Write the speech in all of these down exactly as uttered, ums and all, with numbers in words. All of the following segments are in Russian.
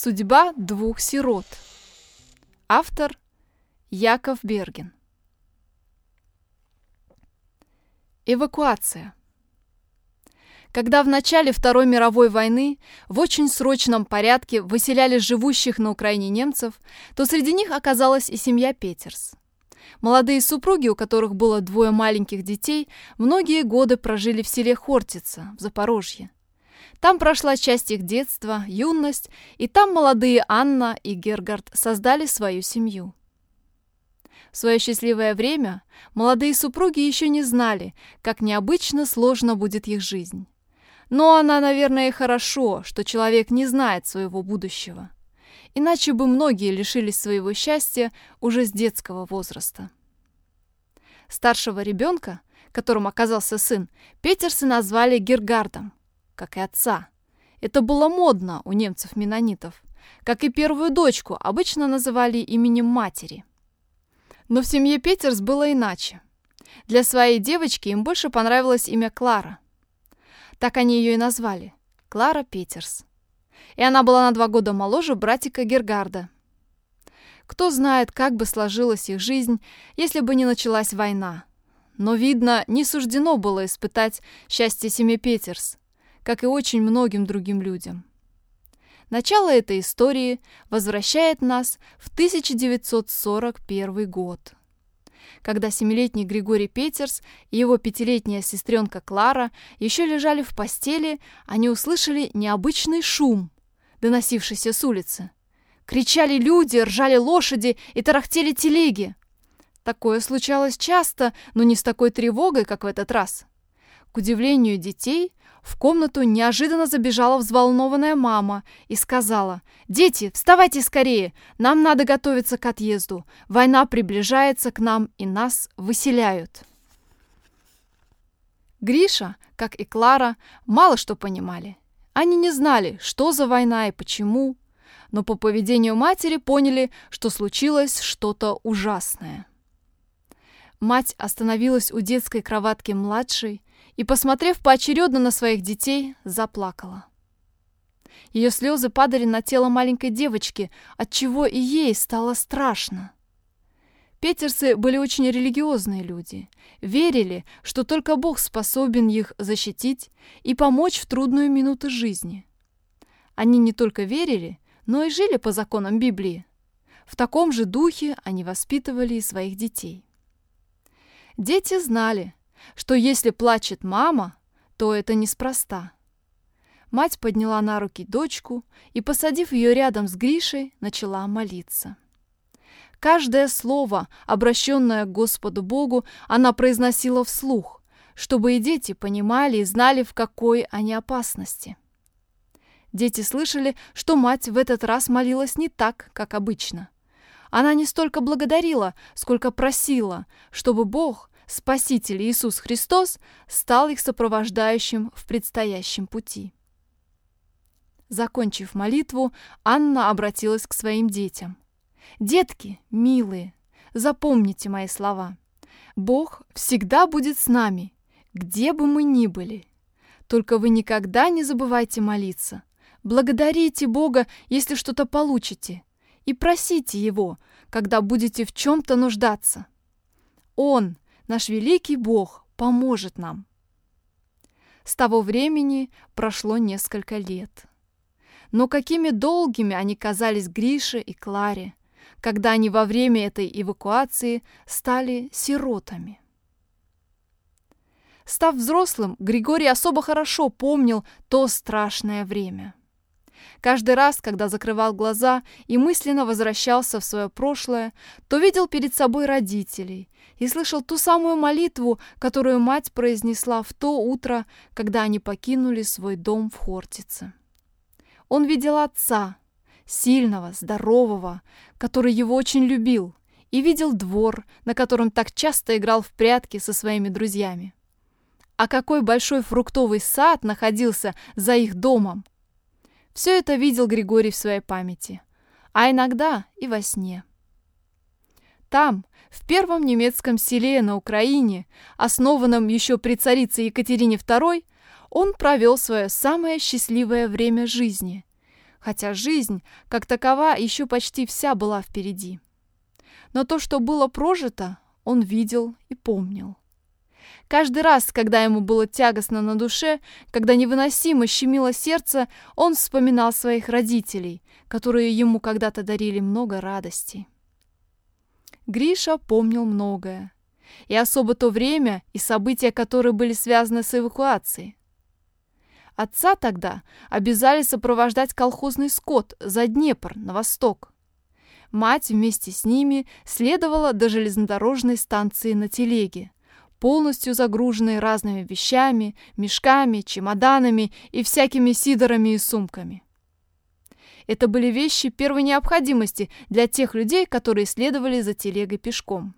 Судьба двух сирот. Автор Яков Берген. Эвакуация. Когда в начале Второй мировой войны в очень срочном порядке выселяли живущих на Украине немцев, то среди них оказалась и семья Петерс. Молодые супруги, у которых было двое маленьких детей, многие годы прожили в селе Хортица в Запорожье. Там прошла часть их детства, юность, и там молодые Анна и Гергард создали свою семью. В свое счастливое время молодые супруги еще не знали, как необычно сложно будет их жизнь. Но она, наверное, и хорошо, что человек не знает своего будущего. Иначе бы многие лишились своего счастья уже с детского возраста. Старшего ребенка, которым оказался сын, Петерсы назвали Гергардом, как и отца. Это было модно у немцев-меннонитов. Как и первую дочку обычно называли именем матери. Но в семье Петерс было иначе. Для своей девочки им больше понравилось имя Клара. Так они ее и назвали – Клара Петерс. И она была на два года моложе братика Гергарда. Кто знает, как бы сложилась их жизнь, если бы не началась война. Но, видно, не суждено было испытать счастье семьи Петерс, как и очень многим другим людям. Начало этой истории возвращает нас в тысяча девятьсот сорок первый год. Когда семилетний Григорий Петерс и его пятилетняя сестренка Клара еще лежали в постели, они услышали необычный шум, доносившийся с улицы. Кричали люди, ржали лошади и тарахтели телеги. Такое случалось часто, но не с такой тревогой, как в этот раз. К удивлению детей, в комнату неожиданно забежала взволнованная мама и сказала: «Дети, вставайте скорее, нам надо готовиться к отъезду. Война приближается к нам, и нас выселяют». Гриша, как и Клара, мало что понимали. Они не знали, что за война и почему, но по поведению матери поняли, что случилось что-то ужасное. Мать остановилась у детской кроватки младшей и, посмотрев поочередно на своих детей, заплакала. Ее слезы падали на тело маленькой девочки, отчего и ей стало страшно. Петерсы были очень религиозные люди, верили, что только Бог способен их защитить и помочь в трудную минуту жизни. Они не только верили, но и жили по законам Библии. В таком же духе они воспитывали и своих детей. Дети знали, что если плачет мама, то это неспроста. Мать подняла на руки дочку и, посадив ее рядом с Гришей, начала молиться. Каждое слово, обращенное к Господу Богу, она произносила вслух, чтобы и дети понимали и знали, в какой они опасности. Дети слышали, что мать в этот раз молилась не так, как обычно. Она не столько благодарила, сколько просила, чтобы Бог, Спаситель Иисус Христос, стал их сопровождающим в предстоящем пути. Закончив молитву, Анна обратилась к своим детям. «Детки, милые, запомните мои слова. Бог всегда будет с нами, где бы мы ни были. Только вы никогда не забывайте молиться. Благодарите Бога, если что-то получите, и просите Его, когда будете в чем-то нуждаться. Он, наш великий Бог, поможет нам». С того времени прошло несколько лет. Но какими долгими они казались Грише и Кларе, когда они во время этой эвакуации стали сиротами. Став взрослым, Григорий особо хорошо помнил то страшное время. Каждый раз, когда закрывал глаза и мысленно возвращался в свое прошлое, то видел перед собой родителей и слышал ту самую молитву, которую мать произнесла в то утро, когда они покинули свой дом в Хортице. Он видел отца, сильного, здорового, который его очень любил, и видел двор, на котором так часто играл в прятки со своими друзьями. А какой большой фруктовый сад находился за их домом! Все это видел Григорий в своей памяти, а иногда и во сне. Там, в первом немецком селе на Украине, основанном еще при царице Екатерине второй, он провел свое самое счастливое время жизни, хотя жизнь, как такова, еще почти вся была впереди. Но то, что было прожито, он видел и помнил. Каждый раз, когда ему было тягостно на душе, когда невыносимо щемило сердце, он вспоминал своих родителей, которые ему когда-то дарили много радостей. Гриша помнил многое, и особо то время и события, которые были связаны с эвакуацией. Отца тогда обязали сопровождать колхозный скот за Днепр на восток. Мать вместе с ними следовала до железнодорожной станции на телеге, полностью загруженной разными вещами, мешками, чемоданами и всякими сидорами и сумками. Это были вещи первой необходимости для тех людей, которые следовали за телегой пешком.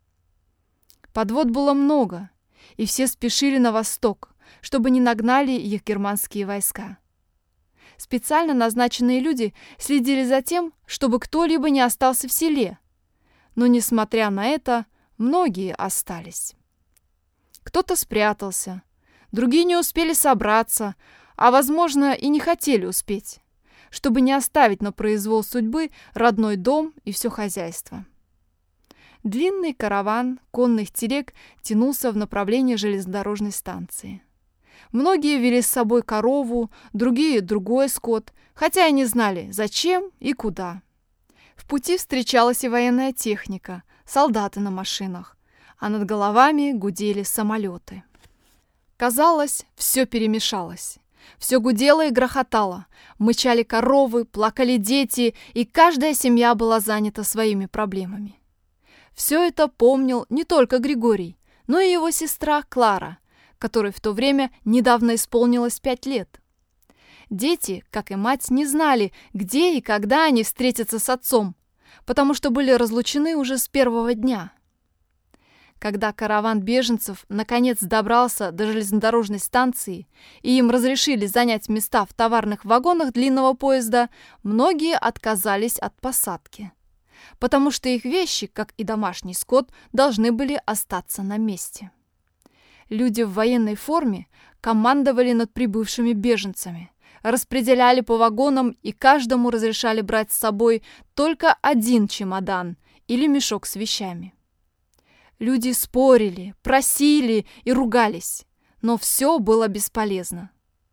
Подвод было много, и все спешили на восток, чтобы не нагнали их германские войска. Специально назначенные люди следили за тем, чтобы кто-либо не остался в селе, но, несмотря на это, многие остались. Кто-то спрятался, другие не успели собраться, а, возможно, и не хотели успеть, чтобы не оставить на произвол судьбы родной дом и все хозяйство. Длинный караван конных телег тянулся в направлении железнодорожной станции. Многие вели с собой корову, другие — другой скот, хотя и не знали, зачем и куда. В пути встречалась и военная техника, солдаты на машинах, а над головами гудели самолеты. Казалось, все перемешалось. Все гудело и грохотало. Мычали коровы, плакали дети, и каждая семья была занята своими проблемами. Все это помнил не только Григорий, но и его сестра Клара, которой в то время недавно исполнилось пять лет. Дети, как и мать, не знали, где и когда они встретятся с отцом, потому что были разлучены уже с первого дня. Когда караван беженцев наконец добрался до железнодорожной станции и им разрешили занять места в товарных вагонах длинного поезда, многие отказались от посадки, потому что их вещи, как и домашний скот, должны были остаться на месте. Люди в военной форме командовали над прибывшими беженцами, распределяли по вагонам и каждому разрешали брать с собой только один чемодан или мешок с вещами. Люди спорили, просили и ругались, но все было бесполезно.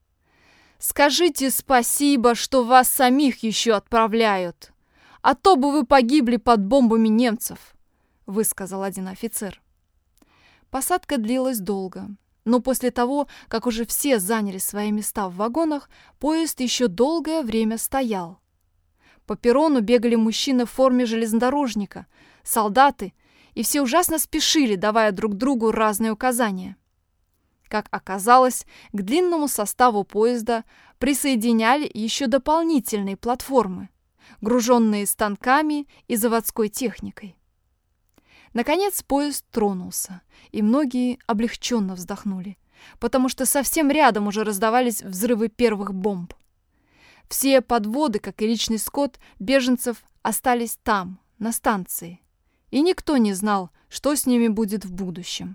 «Скажите спасибо, что вас самих еще отправляют, а то бы вы погибли под бомбами немцев», — высказал один офицер. Посадка длилась долго, но после того, как уже все заняли свои места в вагонах, поезд еще долгое время стоял. По перрону бегали мужчины в форме железнодорожника, солдаты, и все ужасно спешили, давая друг другу разные указания. Как оказалось, к длинному составу поезда присоединяли еще дополнительные платформы, груженные станками и заводской техникой. Наконец поезд тронулся, и многие облегченно вздохнули, потому что совсем рядом уже раздавались взрывы первых бомб. Все подводы, как и личный скот беженцев, остались там, на станции, и никто не знал, что с ними будет в будущем.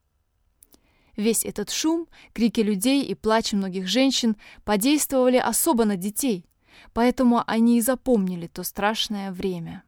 Весь этот шум, крики людей и плач многих женщин подействовали особо на детей, поэтому они и запомнили то страшное время.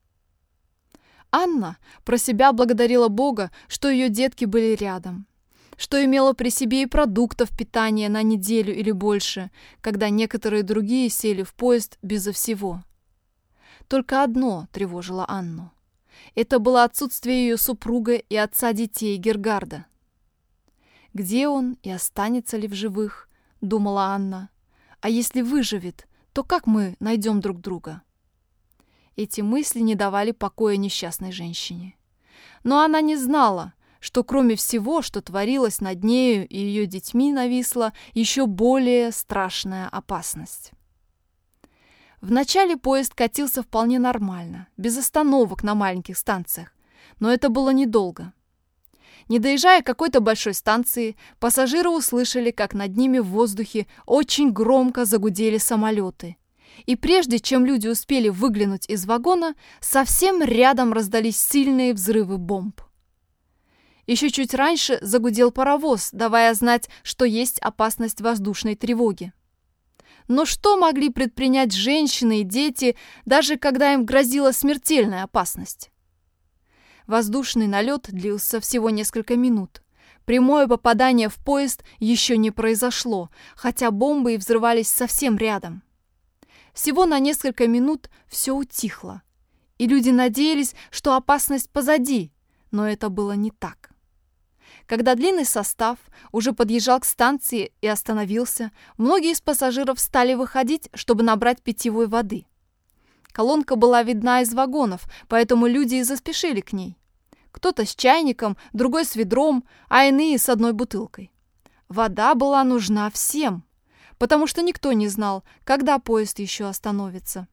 Анна про себя благодарила Бога, что ее детки были рядом, что имела при себе и продуктов питания на неделю или больше, когда некоторые другие сели в поезд безо всего. Только одно тревожило Анну. Это было отсутствие ее супруга и отца детей Гергарда. «Где он и останется ли в живых?» — думала Анна. «А если выживет, то как мы найдем друг друга?» Эти мысли не давали покоя несчастной женщине. Но она не знала, что кроме всего, что творилось над нею и ее детьми, нависла еще более страшная опасность. Вначале поезд катился вполне нормально, без остановок на маленьких станциях, но это было недолго. Не доезжая к какой-то большой станции, пассажиры услышали, как над ними в воздухе очень громко загудели самолеты. И прежде чем люди успели выглянуть из вагона, совсем рядом раздались сильные взрывы бомб. Еще чуть раньше загудел паровоз, давая знать, что есть опасность воздушной тревоги. Но что могли предпринять женщины и дети, даже когда им грозила смертельная опасность? Воздушный налет длился всего несколько минут. Прямое попадание в поезд еще не произошло, хотя бомбы и взрывались совсем рядом. Всего на несколько минут все утихло, и люди надеялись, что опасность позади, но это было не так. Когда длинный состав уже подъезжал к станции и остановился, многие из пассажиров стали выходить, чтобы набрать питьевой воды. Колонка была видна из вагонов, поэтому люди и заспешили к ней. Кто-то с чайником, другой с ведром, а иные с одной бутылкой. Вода была нужна всем, потому что никто не знал, когда поезд еще остановится.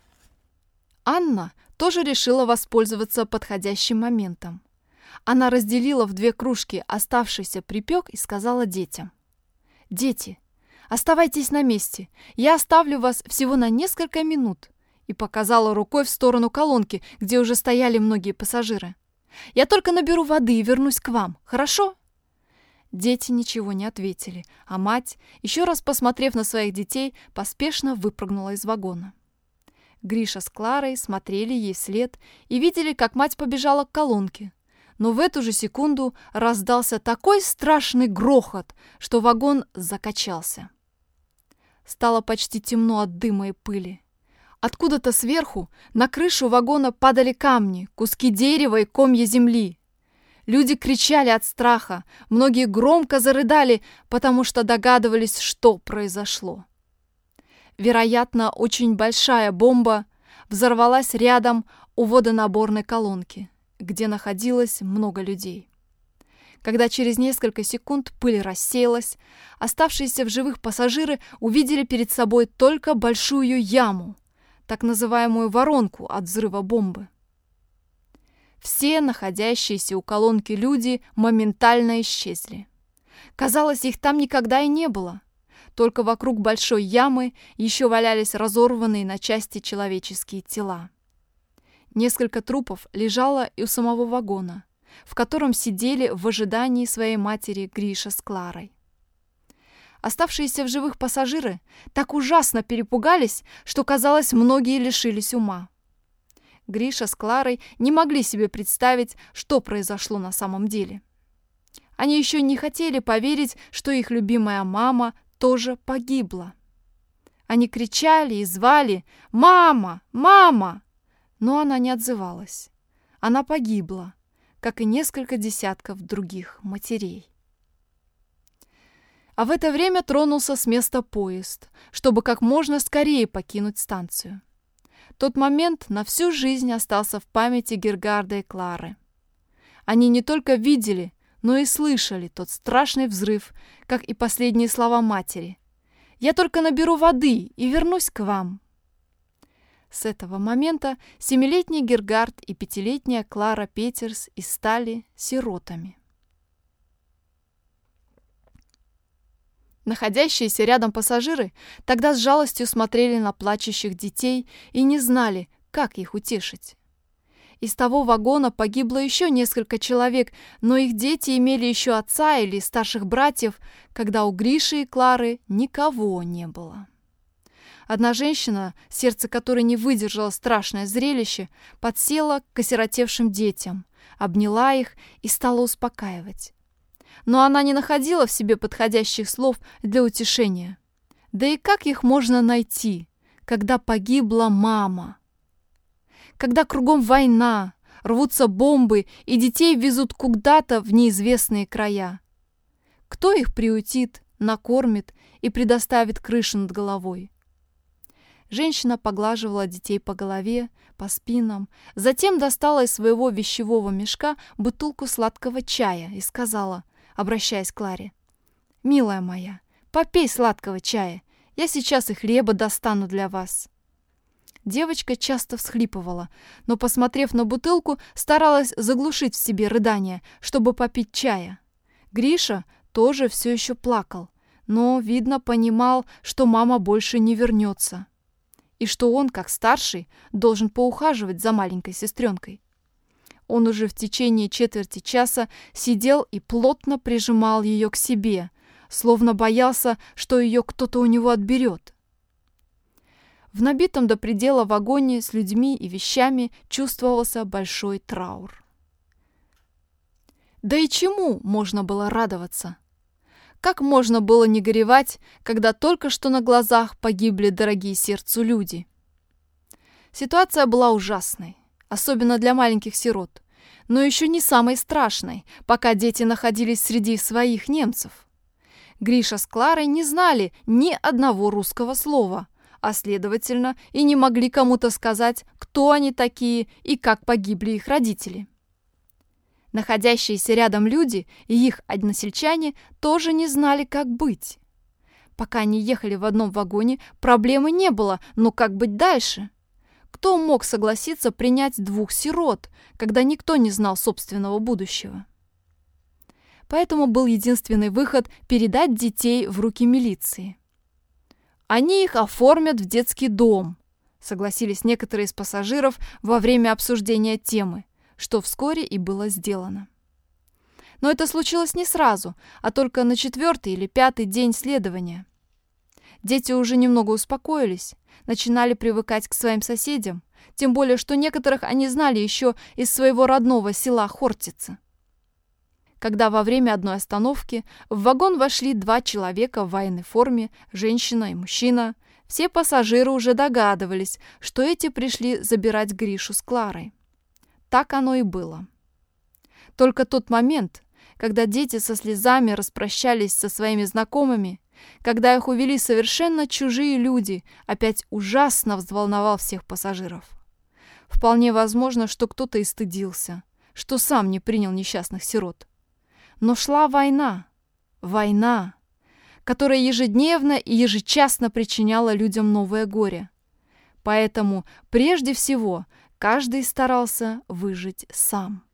Анна тоже решила воспользоваться подходящим моментом. Она разделила в две кружки оставшийся припек и сказала детям: «Дети, оставайтесь на месте, я оставлю вас всего на несколько минут», и показала рукой в сторону колонки, где уже стояли многие пассажиры. «Я только наберу воды и вернусь к вам, хорошо?» Дети ничего не ответили, а мать, еще раз посмотрев на своих детей, поспешно выпрыгнула из вагона. Гриша с Кларой смотрели ей вслед и видели, как мать побежала к колонке. Но в эту же секунду раздался такой страшный грохот, что вагон закачался. Стало почти темно от дыма и пыли. Откуда-то сверху на крышу вагона падали камни, куски дерева и комья земли. Люди кричали от страха, многие громко зарыдали, потому что догадывались, что произошло. Вероятно, очень большая бомба взорвалась рядом у водонаборной колонки, где находилось много людей. Когда через несколько секунд пыль рассеялась, оставшиеся в живых пассажиры увидели перед собой только большую яму, так называемую воронку от взрыва бомбы. Все находящиеся у колонки люди моментально исчезли. Казалось, их там никогда и не было. Только вокруг большой ямы еще валялись разорванные на части человеческие тела. Несколько трупов лежало и у самого вагона, в котором сидели в ожидании своей матери Гриша с Кларой. Оставшиеся в живых пассажиры так ужасно перепугались, что, казалось, многие лишились ума. Гриша с Кларой не могли себе представить, что произошло на самом деле. Они еще не хотели поверить, что их любимая мама тоже погибла. Они кричали и звали «Мама! Мама!», но она не отзывалась. Она погибла, как и несколько десятков других матерей. А в это время тронулся с места поезд, чтобы как можно скорее покинуть станцию. Тот момент на всю жизнь остался в памяти Гергарда и Клары. Они не только видели, но и слышали тот страшный взрыв, как и последние слова матери. «Я только наберу воды и вернусь к вам». С этого момента семилетний Гергард и пятилетняя Клара Петерс и стали сиротами. Находящиеся рядом пассажиры тогда с жалостью смотрели на плачущих детей и не знали, как их утешить. Из того вагона погибло еще несколько человек, но их дети имели еще отца или старших братьев, когда у Гриши и Клары никого не было. Одна женщина, сердце которой не выдержало страшное зрелище, подсела к осиротевшим детям, обняла их и стала успокаивать. Но она не находила в себе подходящих слов для утешения. Да и как их можно найти, когда погибла мама? Когда кругом война, рвутся бомбы и детей везут куда-то в неизвестные края. Кто их приютит, накормит и предоставит крышу над головой? Женщина поглаживала детей по голове, по спинам, затем достала из своего вещевого мешка бутылку сладкого чая и сказала, обращаясь к Кларе: «Милая моя, попей сладкого чая, я сейчас и хлеба достану для вас». Девочка часто всхлипывала, но, посмотрев на бутылку, старалась заглушить в себе рыдания, чтобы попить чая. Гриша тоже все еще плакал, но, видно, понимал, что мама больше не вернется, и что он, как старший, должен поухаживать за маленькой сестренкой. Он уже в течение четверти часа сидел и плотно прижимал ее к себе, словно боялся, что ее кто-то у него отберет. В набитом до предела вагоне с людьми и вещами чувствовался большой траур. Да и чему можно было радоваться? Как можно было не горевать, когда только что на глазах погибли дорогие сердцу люди? Ситуация была ужасной, особенно для маленьких сирот, но еще не самой страшной, пока дети находились среди своих немцев. Гриша с Кларой не знали ни одного русского слова, а следовательно и не могли кому-то сказать, кто они такие и как погибли их родители. Находящиеся рядом люди и их односельчане тоже не знали, как быть. Пока они ехали в одном вагоне, проблемы не было, но как быть дальше? Кто мог согласиться принять двух сирот, когда никто не знал собственного будущего? Поэтому был единственный выход – передать детей в руки милиции. «Они их оформят в детский дом», – согласились некоторые из пассажиров во время обсуждения темы, что вскоре и было сделано. Но это случилось не сразу, а только на четвертый или пятый день следования. Дети уже немного успокоились, начинали привыкать к своим соседям, тем более, что некоторых они знали еще из своего родного села Хортица. Когда во время одной остановки в вагон вошли два человека в военной форме, женщина и мужчина, все пассажиры уже догадывались, что эти пришли забирать Гришу с Кларой. Так оно и было. Только тот момент, когда дети со слезами распрощались со своими знакомыми, когда их увели совершенно чужие люди, опять ужасно взволновал всех пассажиров. Вполне возможно, что кто-то и стыдился, что сам не принял несчастных сирот. Но шла война, война, которая ежедневно и ежечасно причиняла людям новое горе. Поэтому прежде всего каждый старался выжить сам.